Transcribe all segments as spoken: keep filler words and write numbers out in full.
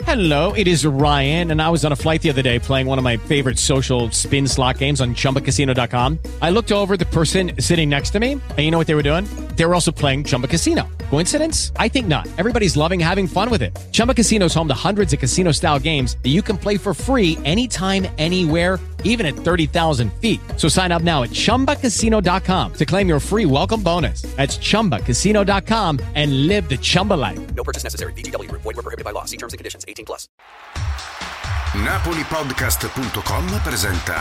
Hello, it is Ryan, and I was on a flight the other day playing one of my favorite social spin slot games on Chumba Casino dot com. I looked over at the person sitting next to me, and you know what they were doing? They were also playing Chumba Casino. Coincidence? I think not. Everybody's loving having fun with it. Chumba Casino is home to hundreds of casino-style games that you can play for free anytime, anywhere, even at thirty thousand feet. So sign up now at Chumba Casino dot com to claim your free welcome bonus. That's Chumba Casino dot com and live the Chumba life. No purchase necessary. V G W. Void where prohibited by law. See terms and conditions. eighteen plus. Napoli Podcast punto com presenta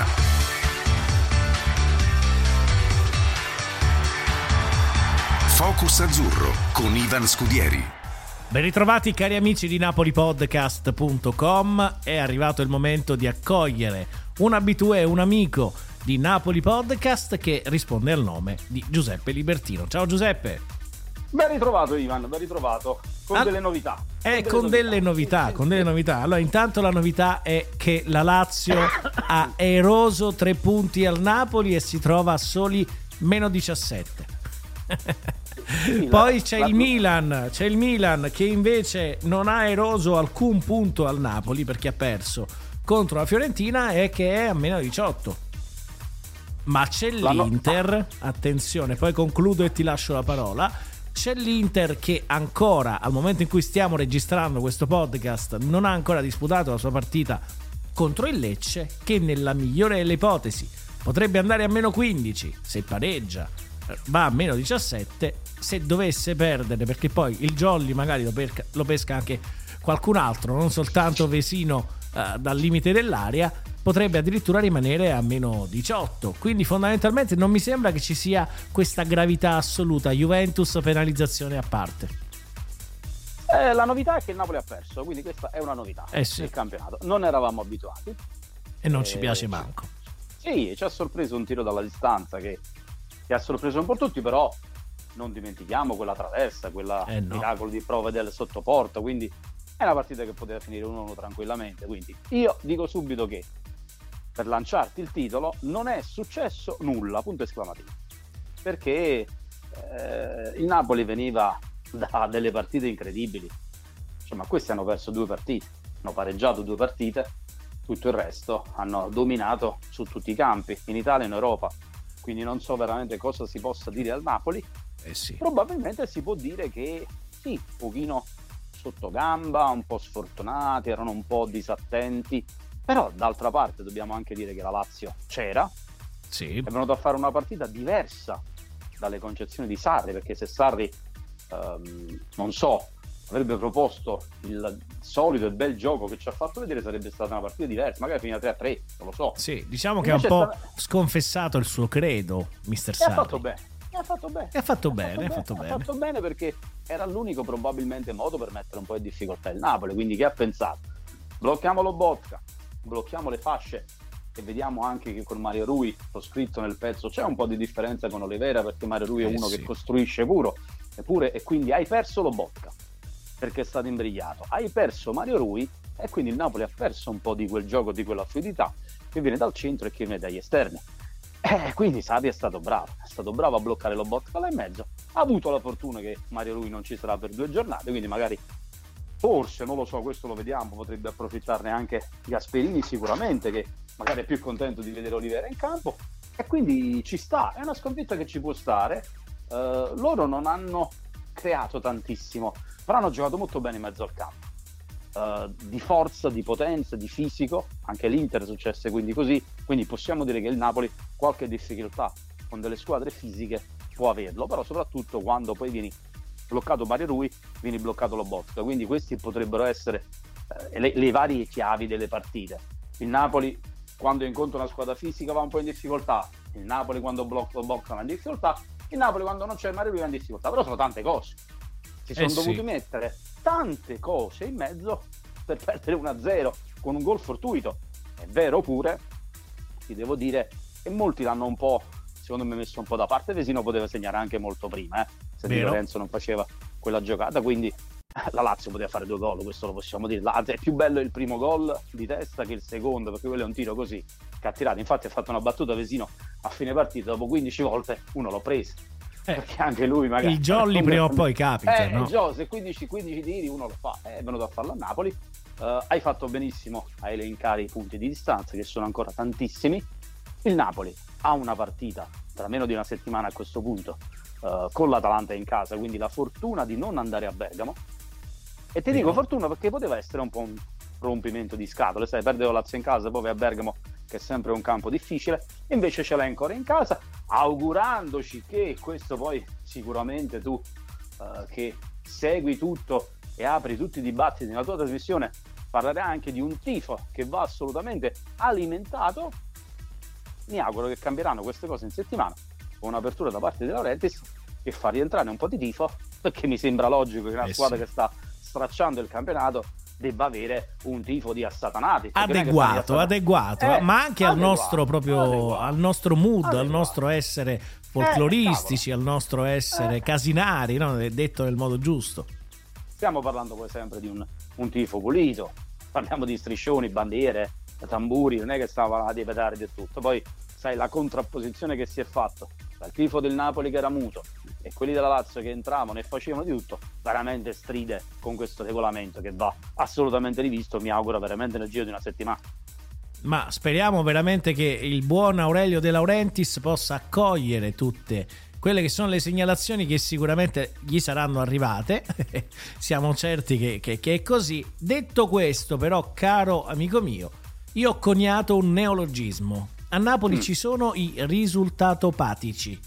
Focus Azzurro con Ivan Scudieri. Ben ritrovati cari amici di Napoli Podcast punto com. È arrivato il momento di accogliere un abitué, un amico di Napoli Podcast che risponde al nome di Giuseppe Libertino. Ciao Giuseppe. Ben ritrovato Ivan, ben ritrovato, con ah, delle novità. Eh, con delle novità, con delle novità. Allora, intanto la novità è che la Lazio ha eroso tre punti al Napoli e si trova a soli meno diciassette. Poi c'è il Milan, c'è il Milan che invece non ha eroso alcun punto al Napoli perché ha perso contro la Fiorentina e che è a meno diciotto. Ma c'è l'Inter, attenzione, poi concludo e ti lascio la parola. C'è l'Inter che ancora, al momento in cui stiamo registrando questo podcast, non ha ancora disputato la sua partita contro il Lecce, che nella migliore delle ipotesi potrebbe andare a meno quindici, se pareggia va a meno diciassette, se dovesse perdere, perché poi il Jolly magari lo, perca, lo pesca anche qualcun altro, non soltanto Vesino uh, dal limite dell'area, potrebbe addirittura rimanere a meno diciotto. Quindi fondamentalmente non mi sembra che ci sia questa gravità assoluta. Juventus penalizzazione a parte. Eh, la novità è che il Napoli ha perso, quindi questa è una novità eh sì. nel campionato. Non eravamo abituati. E non eh, ci piace manco. Sì, ci ha sorpreso un tiro dalla distanza che, che ha sorpreso un po' tutti, però non dimentichiamo quella traversa, quella eh no. miracolo di prove del sottoporta, quindi è una partita che poteva finire uno uno tranquillamente. Quindi io dico subito che per lanciarti il titolo non è successo nulla, punto esclamativo, perché eh, il Napoli veniva da delle partite incredibili, cioè, ma questi hanno perso due partite, hanno pareggiato due partite, tutto il resto hanno dominato su tutti i campi, in Italia e in Europa, quindi non so veramente cosa si possa dire al Napoli. Eh sì. Probabilmente si può dire che sì, un pochino sotto gamba, un po' sfortunati, erano un po' disattenti. Però d'altra parte dobbiamo anche dire che la Lazio c'era, sì. È venuto a fare una partita diversa dalle concezioni di Sarri, perché se Sarri, ehm, non so, avrebbe proposto il solito e bel gioco che ci ha fatto vedere, sarebbe stata una partita diversa, magari finita tre a tre, non lo so. Sì, diciamo che ha un po' stata... sconfessato il suo credo, mister E Sarri. ha fatto bene, e ha fatto bene. E ha fatto bene, ha fatto bene. bene. Ha fatto bene perché era l'unico probabilmente modo per mettere un po' in difficoltà il Napoli, quindi che ha pensato? Blocchiamo Lobotka, blocchiamo le fasce e vediamo anche che con Mario Rui, ho scritto nel pezzo, c'è un po' di differenza con Oliveira perché Mario Rui è eh uno sì. che costruisce puro eppure, e quindi hai perso Lobotka perché è stato imbrigliato, hai perso Mario Rui e quindi il Napoli ha perso un po' di quel gioco, di quella fluidità che viene dal centro e che viene dagli esterni, e quindi Sarri è stato bravo, è stato bravo a bloccare Lobotka là in mezzo, ha avuto la fortuna che Mario Rui non ci sarà per due giornate, quindi magari forse, non lo so, questo lo vediamo, potrebbe approfittarne anche Gasperini sicuramente, che magari è più contento di vedere Oliveira in campo, e quindi ci sta, è una sconfitta che ci può stare. Uh, loro non hanno creato tantissimo, però hanno giocato molto bene in mezzo al campo, uh, di forza, di potenza, di fisico, anche l'Inter è successo quindi così, quindi possiamo dire che il Napoli qualche difficoltà con delle squadre fisiche può averlo, però soprattutto quando poi vieni bloccato Mario Rui, vieni bloccato Lobotka, quindi questi potrebbero essere eh, le, le varie chiavi delle partite. Il Napoli quando incontra una squadra fisica va un po' in difficoltà, il Napoli quando blocca Lobotka va in difficoltà, il Napoli quando non c'è Mario Rui va in difficoltà, però sono tante cose, si sono eh dovuti sì. mettere tante cose in mezzo per perdere uno a zero con un gol fortuito. È vero pure, ti devo dire, e molti l'hanno un po', secondo me, messo un po' da parte. Vesino poteva segnare anche molto prima, eh, se Di Lorenzo non faceva quella giocata, quindi la Lazio poteva fare due gol, questo lo possiamo dire. La, è più bello il primo gol di testa che il secondo, perché quello è un tiro così che ha tirato. Infatti ha fatto una battuta Vesino a fine partita, dopo quindici volte uno l'ho preso, eh, perché anche lui magari il jolly prima o poi capita, eh, no? il gioco, se quindici, quindici tiri uno lo fa, è venuto a farlo a Napoli Uh, hai fatto benissimo a elencare i punti di distanza, che sono ancora tantissimi. Il Napoli ha una partita tra meno di una settimana a questo punto uh, con l'Atalanta in casa, quindi la fortuna di non andare a Bergamo. E ti dico fortuna perché poteva essere un po' un rompimento di scatole, sai, perdere Lazio in casa, poi vai a Bergamo che è sempre un campo difficile, invece ce l'hai ancora in casa, augurandoci che questo poi sicuramente tu uh, che segui tutto e apri tutti i dibattiti nella tua trasmissione, parlerai anche di un tifo che va assolutamente alimentato. Mi auguro che cambieranno queste cose in settimana con un'apertura da parte di Laurentiis che fa rientrare un po' di tifo, perché mi sembra logico che una eh squadra sì. che sta stracciando il campionato debba avere un tifo di assatanati, adeguato, adeguato eh, ma anche adeguato, al nostro proprio adeguato, al nostro mood, adeguato. al nostro essere folcloristici, eh, al nostro essere eh. casinari, no? Detto nel modo giusto. Stiamo parlando poi sempre di un, un tifo pulito, parliamo di striscioni, bandiere, tamburi, non è che stiamo parlando di petardi e tutto. Poi sai la contrapposizione che si è fatto dal tifo del Napoli che era muto e quelli della Lazio che entravano e facevano di tutto, veramente stride con questo regolamento che va assolutamente rivisto, mi auguro veramente nel giro di una settimana. Ma speriamo veramente che il buon Aurelio De Laurentiis possa accogliere tutte quelle che sono le segnalazioni che sicuramente gli saranno arrivate. Siamo certi che, che, che è così. Detto questo, però, caro amico mio, io ho coniato un neologismo. A Napoli mm. ci sono i risultatopatici,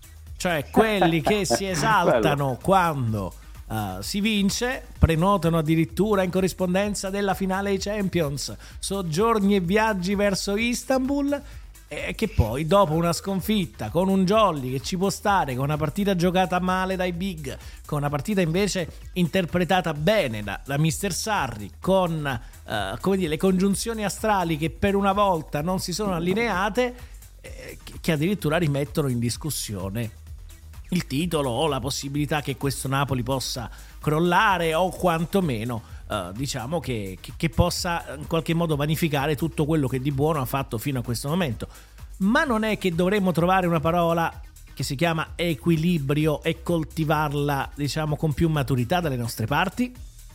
cioè quelli che si esaltano quando uh, si vince, prenotano addirittura in corrispondenza della finale ai Champions soggiorni e viaggi verso Istanbul, e che poi dopo una sconfitta con un jolly che ci può stare, con una partita giocata male dai big, con una partita invece interpretata bene da, da mister Sarri, con uh, come dire, le congiunzioni astrali che per una volta non si sono allineate, eh, che, che addirittura rimettono in discussione il titolo o la possibilità che questo Napoli possa crollare, o quantomeno Uh, diciamo che, che, che possa in qualche modo vanificare tutto quello che di buono ha fatto fino a questo momento. Ma non è che dovremmo trovare una parola che si chiama equilibrio e coltivarla, diciamo, con più maturità dalle nostre parti?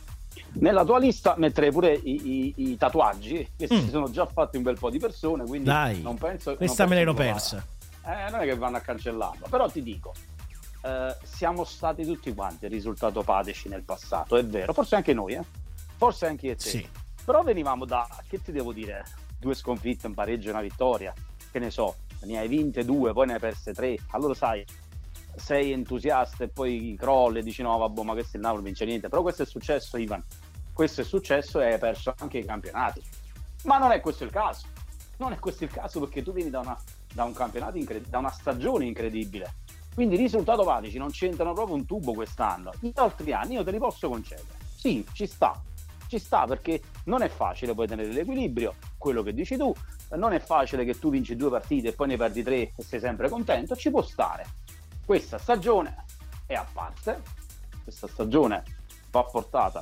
Nella tua lista metterei pure i, i, i tatuaggi che mm. si sono già fatti un bel po' di persone, quindi dai, non penso, questa non me penso l'ero persa. Eh, non è che vanno a cancellarlo, però ti dico, eh, siamo stati tutti quanti risultatopatici nel passato, è vero, forse anche noi, eh forse anche io e te, sì. Però venivamo da, che ti devo dire, due sconfitte, un pareggio e una vittoria, che ne so, ne hai vinte due, poi ne hai perse tre, allora sai, sei entusiasta e poi crolli e dici no vabbè, ma questo il Napoli vince niente. Però questo è successo, Ivan, questo è successo e hai perso anche i campionati, ma non è questo il caso, non è questo il caso, perché tu vieni da, una, da un campionato incred- da una stagione incredibile, quindi i risultatopatici non c'entrano proprio un tubo quest'anno. Gli altri anni io te li posso concedere, sì, ci sta ci sta perché non è facile poi tenere l'equilibrio, quello che dici tu, non è facile che tu vinci due partite e poi ne perdi tre e sei sempre contento, ci può stare. Questa stagione è a parte, questa stagione va portata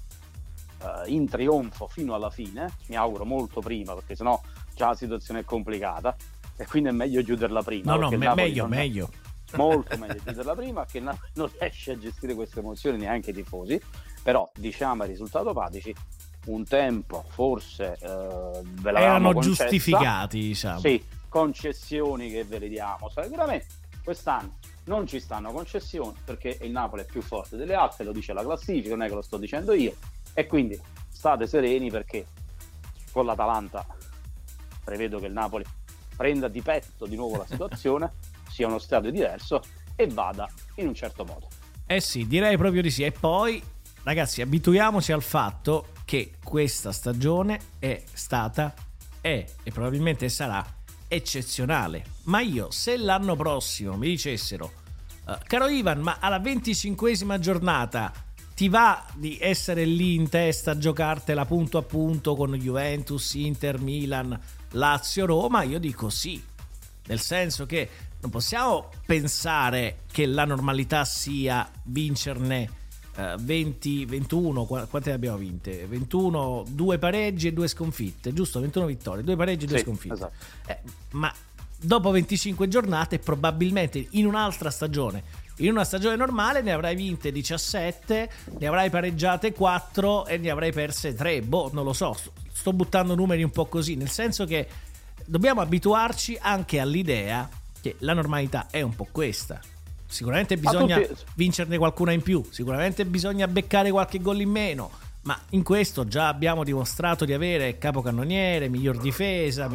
uh, in trionfo fino alla fine, mi auguro molto prima, perché sennò già la situazione è complicata e quindi è meglio chiuderla prima. No, no, me- meglio, non... meglio. molto meglio chiuderla prima, che non riesce a gestire queste emozioni neanche i tifosi. Però diciamo ai risultatopatici un tempo forse eh, ve l'avevamo erano concessa. Giustificati, diciamo. Sì, concessioni che ve le diamo sicuramente. Quest'anno non ci stanno concessioni perché il Napoli è più forte delle altre, lo dice la classifica, non è che lo sto dicendo io, e quindi state sereni perché con l'Atalanta prevedo che il Napoli prenda di petto di nuovo la situazione, sia uno stadio diverso e vada in un certo modo. Eh sì, direi proprio di sì. E poi ragazzi, abituiamoci al fatto che questa stagione è stata, è e probabilmente sarà eccezionale. Ma io, se l'anno prossimo mi dicessero uh, caro Ivan, ma alla venticinquesima giornata ti va di essere lì in testa a giocartela punto a punto con Juventus, Inter, Milan, Lazio, Roma, io dico sì. Nel senso che non possiamo pensare che la normalità sia vincerne Uh, venti ventuno, quante ne abbiamo vinte? ventuno, due pareggi e due sconfitte, giusto? ventuno vittorie, due pareggi e due sì, sconfitte. Esatto. Eh, ma dopo venticinque giornate, probabilmente in un'altra stagione In una stagione normale ne avrai vinte diciassette, ne avrai pareggiate quattro e ne avrai perse tre. Boh, non lo so, sto buttando numeri un po' così, nel senso che dobbiamo abituarci anche all'idea che la normalità è un po' questa. Sicuramente bisogna tutti... vincerne qualcuna in più, sicuramente bisogna beccare qualche gol in meno, ma in questo già abbiamo dimostrato di avere capocannoniere, miglior difesa,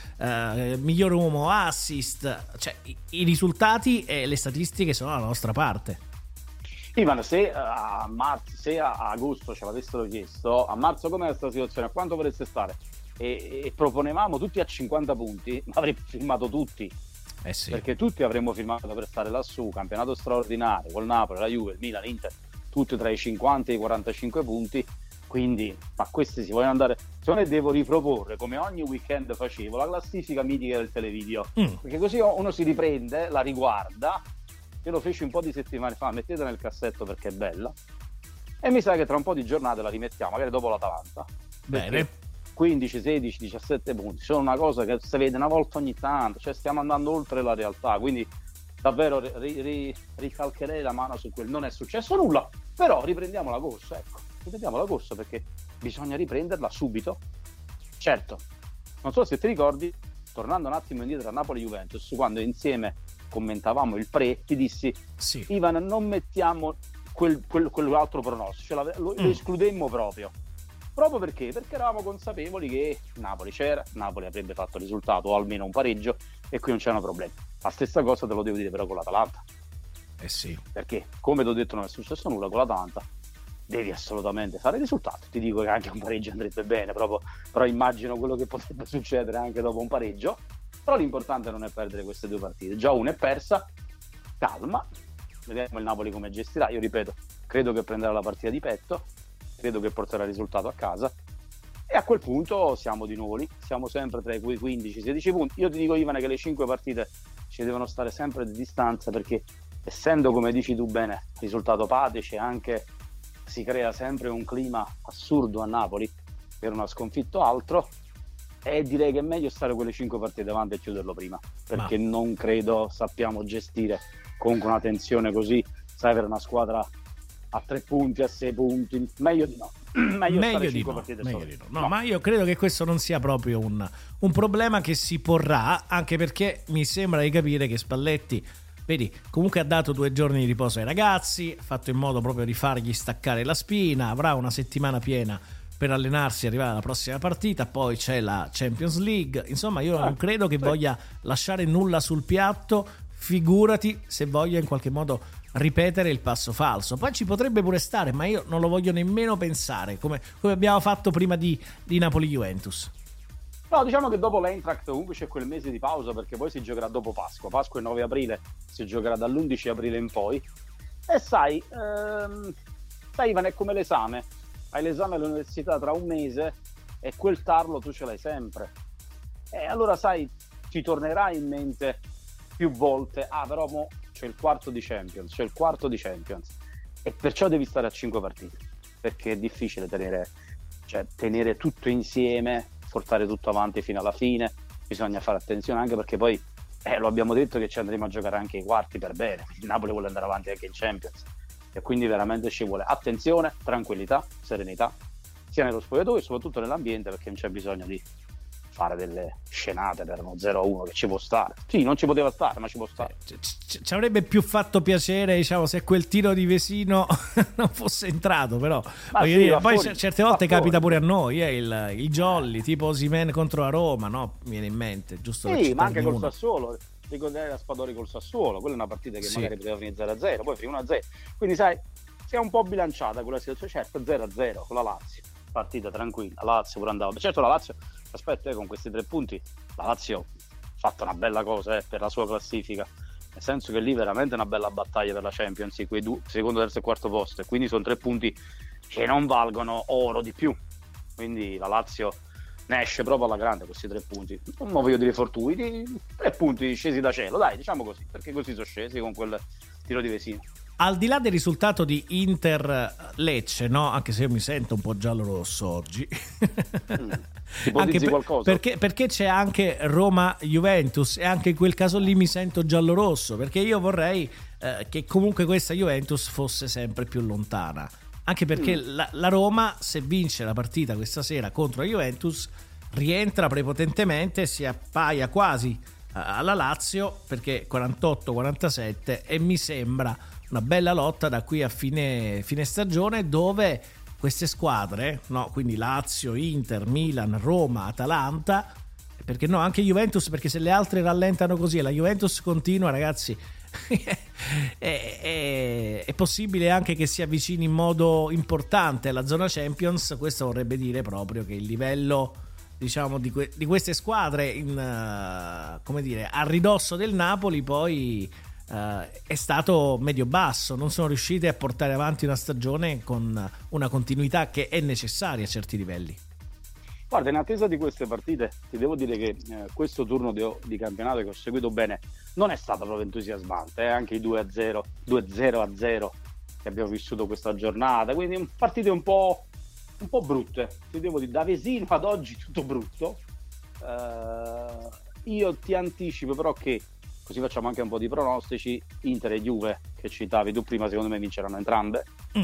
eh, miglior uomo assist, cioè i, i risultati e le statistiche sono alla nostra parte. Ivan, se a marzo, se a agosto ce l'avessero chiesto, a marzo com'è questa situazione, a quanto vorreste stare? E, e proponevamo tutti a cinquanta punti, avremmo firmato tutti. Eh sì. Perché tutti avremmo firmato per stare lassù, campionato straordinario, col Napoli, la Juve, il Milan, l'Inter, tutti tra i cinquanta e i quarantacinque punti, quindi ma questi si vogliono andare, secondo me devo riproporre come ogni weekend facevo la classifica mitica del televideo, mm. perché così uno si riprende, la riguarda, io lo feci un po' di settimane fa, mettetela nel cassetto perché è bella, e mi sa che tra un po' di giornate la rimettiamo, magari dopo l'Atalanta. Bene. quindici, sedici, diciassette punti sono una cosa che si vede una volta ogni tanto, cioè stiamo andando oltre la realtà, quindi davvero ri, ri, ricalcherei la mano su quel non è successo nulla, però riprendiamo la corsa, ecco, riprendiamo la corsa perché bisogna riprenderla subito. Certo, non so se ti ricordi, tornando un attimo indietro a Napoli-Juventus, quando insieme commentavamo il pre, ti dissi sì. Ivan, non mettiamo quel, quel, quell'altro pronostico, cioè lo, lo mm. escludemmo proprio. Proprio perché? Perché eravamo consapevoli che Napoli c'era, Napoli avrebbe fatto il risultato o almeno un pareggio e qui non c'erano problemi. La stessa cosa te lo devo dire però con l'Atalanta. Eh sì. Perché, come ti ho detto, non è successo nulla con l'Atalanta, devi assolutamente fare il risultato. Ti dico che anche un pareggio andrebbe bene, proprio, però immagino quello che potrebbe succedere anche dopo un pareggio. Però l'importante non è perdere queste due partite. Già una è persa, calma, vediamo il Napoli come gestirà. Io ripeto, credo che prenderà la partita di petto, credo che porterà il risultato a casa e a quel punto siamo di nuovo lì, siamo sempre tra i quindici sedici punti. Io ti dico, Ivane, che le cinque partite ci devono stare sempre di distanza perché, essendo, come dici tu bene, risultato patice, anche si crea sempre un clima assurdo a Napoli per una sconfitto altro, e direi che è meglio stare quelle cinque partite davanti e chiuderlo prima, perché Ma... non credo sappiamo gestire comunque una tensione così, sai, per una squadra a tre punti, a sei punti, meglio di no. meglio meglio di no, meglio di no. No, no, ma io credo che questo non sia proprio un, un problema che si porrà, anche perché mi sembra di capire che Spalletti, vedi, comunque ha dato due giorni di riposo ai ragazzi, ha fatto in modo proprio di fargli staccare la spina, avrà una settimana piena per allenarsi e arrivare alla prossima partita, poi c'è la Champions League, insomma io non credo che voglia lasciare nulla sul piatto, figurati se voglia in qualche modo ripetere il passo falso. Poi ci potrebbe pure stare, ma io non lo voglio nemmeno pensare, come, come abbiamo fatto prima di, di Napoli-Juventus. No, diciamo che dopo l'Eintracht comunque c'è quel mese di pausa, perché poi si giocherà dopo Pasqua. Pasqua è nove aprile, si giocherà dall'undici aprile in poi. E sai, ehm, sai Ivan, è come l'esame. Hai l'esame all'università tra un mese e quel tarlo tu ce l'hai sempre. E allora sai, ti tornerà in mente più volte, ah però mo c'è il quarto di Champions, c'è il quarto di Champions. E perciò devi stare a cinque partite, perché è difficile tenere, cioè, tenere tutto insieme, portare tutto avanti fino alla fine. Bisogna fare attenzione anche perché poi eh, lo abbiamo detto che ci andremo a giocare anche i quarti per bene, il Napoli vuole andare avanti anche in Champions e quindi veramente ci vuole attenzione, tranquillità, serenità sia nello spogliatoio e soprattutto nell'ambiente, perché non c'è bisogno di fare delle scenate per uno zero a uno che ci può stare. Sì, non ci poteva stare, ma ci può stare. Ci, ci, ci avrebbe più fatto piacere, diciamo, se quel tiro di Vesino non fosse entrato, però sì, dire, poi fuori, certe volte capita pure a noi, eh, il, il jolly, tipo Osimhen contro la Roma, no? Mi viene in mente, giusto? Sì, ma anche col uno. Sassuolo, ricordare la Spadori col Sassuolo, quella è una partita che sì. magari poteva finire zero a zero, poi finì uno a zero. Quindi sai, si è un po' bilanciata quella situazione, certo zero a zero con la Lazio. Partita tranquilla, Lazio pure andava. Certo la Lazio, aspetta, eh, con questi tre punti la Lazio ha fatto una bella cosa eh, per la sua classifica, nel senso che lì veramente una bella battaglia per la Champions, quei due, secondo, terzo e quarto posto, e quindi sono tre punti che non valgono oro di più, quindi la Lazio ne esce proprio alla grande questi tre punti, non voglio dire fortuiti, tre punti scesi da cielo, dai, diciamo così, perché così sono scesi con quel tiro di Vesino. Al di là del risultato di Inter-Lecce, no? Anche se io mi sento un po' giallo-rosso oggi. Mm. Ipotizzi per, qualcosa? Perché, perché c'è anche Roma-Juventus e anche in quel caso lì mi sento giallo-rosso, perché io vorrei eh, che comunque questa Juventus fosse sempre più lontana, anche perché mm. la, la Roma, se vince la partita questa sera contro la Juventus, rientra prepotentemente e si appaia quasi alla Lazio, perché quarantotto quarantasette, e mi sembra una bella lotta da qui a fine, fine stagione, dove queste squadre, no, quindi Lazio, Inter, Milan, Roma, Atalanta, perché no, anche Juventus, perché se le altre rallentano così e la Juventus continua, ragazzi, è, è, è possibile anche che si avvicini in modo importante alla zona Champions. Questo vorrebbe dire proprio che il livello, diciamo, di, que- di queste squadre in, uh, come dire, a ridosso del Napoli poi Uh, è stato medio-basso, non sono riusciti a portare avanti una stagione con una continuità che è necessaria a certi livelli. Guarda, in attesa di queste partite ti devo dire che eh, questo turno di, di campionato che ho seguito bene non è stato proprio entusiasmante, eh? Anche i due a zero, due zero a zero che abbiamo vissuto questa giornata, quindi partite un po', un po' brutte, ti devo dire, da Vesino ad oggi tutto brutto. Uh, io ti anticipo però che, così facciamo anche un po' di pronostici, Inter e Juve, che citavi tu prima, secondo me vinceranno entrambe, mm.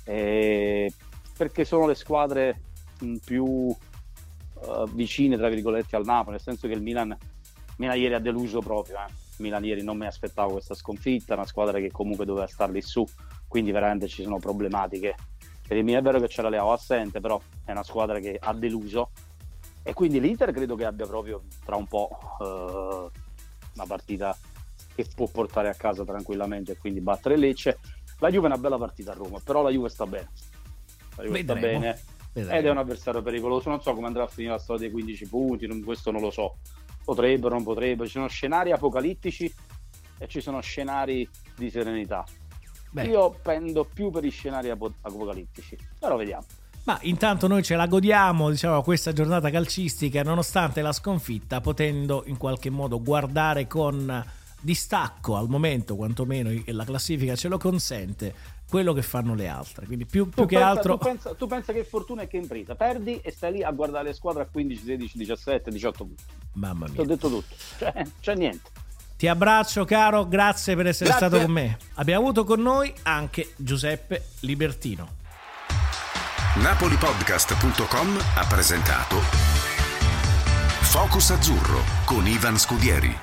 e perché sono le squadre più uh, vicine, tra virgolette, al Napoli, nel senso che il Milan, Milan ieri ha deluso proprio, eh. Milan ieri non mi aspettavo questa sconfitta, una squadra che comunque doveva star lì su, quindi veramente ci sono problematiche. Per il Milan è vero che c'era Leao assente, però è una squadra che ha deluso, e quindi l'Inter credo che abbia proprio tra un po' uh, una partita che può portare a casa tranquillamente e quindi battere Lecce. La Juve è una bella partita a Roma, però la Juve sta bene, la Juve sta bene ed è un avversario pericoloso. Non so come andrà a finire la storia dei quindici punti, non, questo non lo so, potrebbero, non potrebbero, ci sono scenari apocalittici e ci sono scenari di serenità. Beh. Io pendo più per i scenari ap- apocalittici, però vediamo. Ma intanto noi ce la godiamo, diciamo, questa giornata calcistica, nonostante la sconfitta, potendo in qualche modo guardare con distacco, al momento quantomeno la classifica ce lo consente, quello che fanno le altre. Quindi più, più che pensa, altro... Tu pensa, tu pensa che fortuna e che impresa, perdi e stai lì a guardare le squadre a quindici, sedici, diciassette, diciotto punti. Mamma mia. Ti ho detto tutto, cioè, c'è niente. Ti abbraccio caro, grazie per essere grazie. stato con me. Abbiamo avuto con noi anche Giuseppe Libertino. Napolipodcast punto com ha presentato Focus Azzurro con Ivan Scudieri.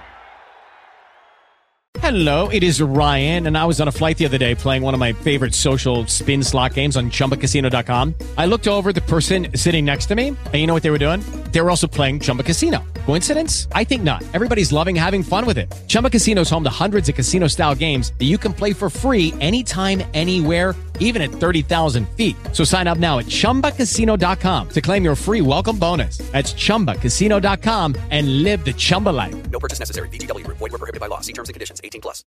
Hello, it is Ryan, and I was on a flight the other day playing one of my favorite social spin slot games on Chumba Casino dot com. I looked over at the person sitting next to me, and you know what they were doing? They were also playing Chumba Casino. Coincidence? I think not. Everybody's loving having fun with it. Chumba Casino is home to hundreds of casino-style games that you can play for free anytime, anywhere, even at thirty thousand feet. So sign up now at Chumba Casino dot com to claim your free welcome bonus. That's Chumba Casino dot com and live the Chumba life. No purchase necessary. V G W. Void where prohibited by law. See terms and conditions. eighteen plus.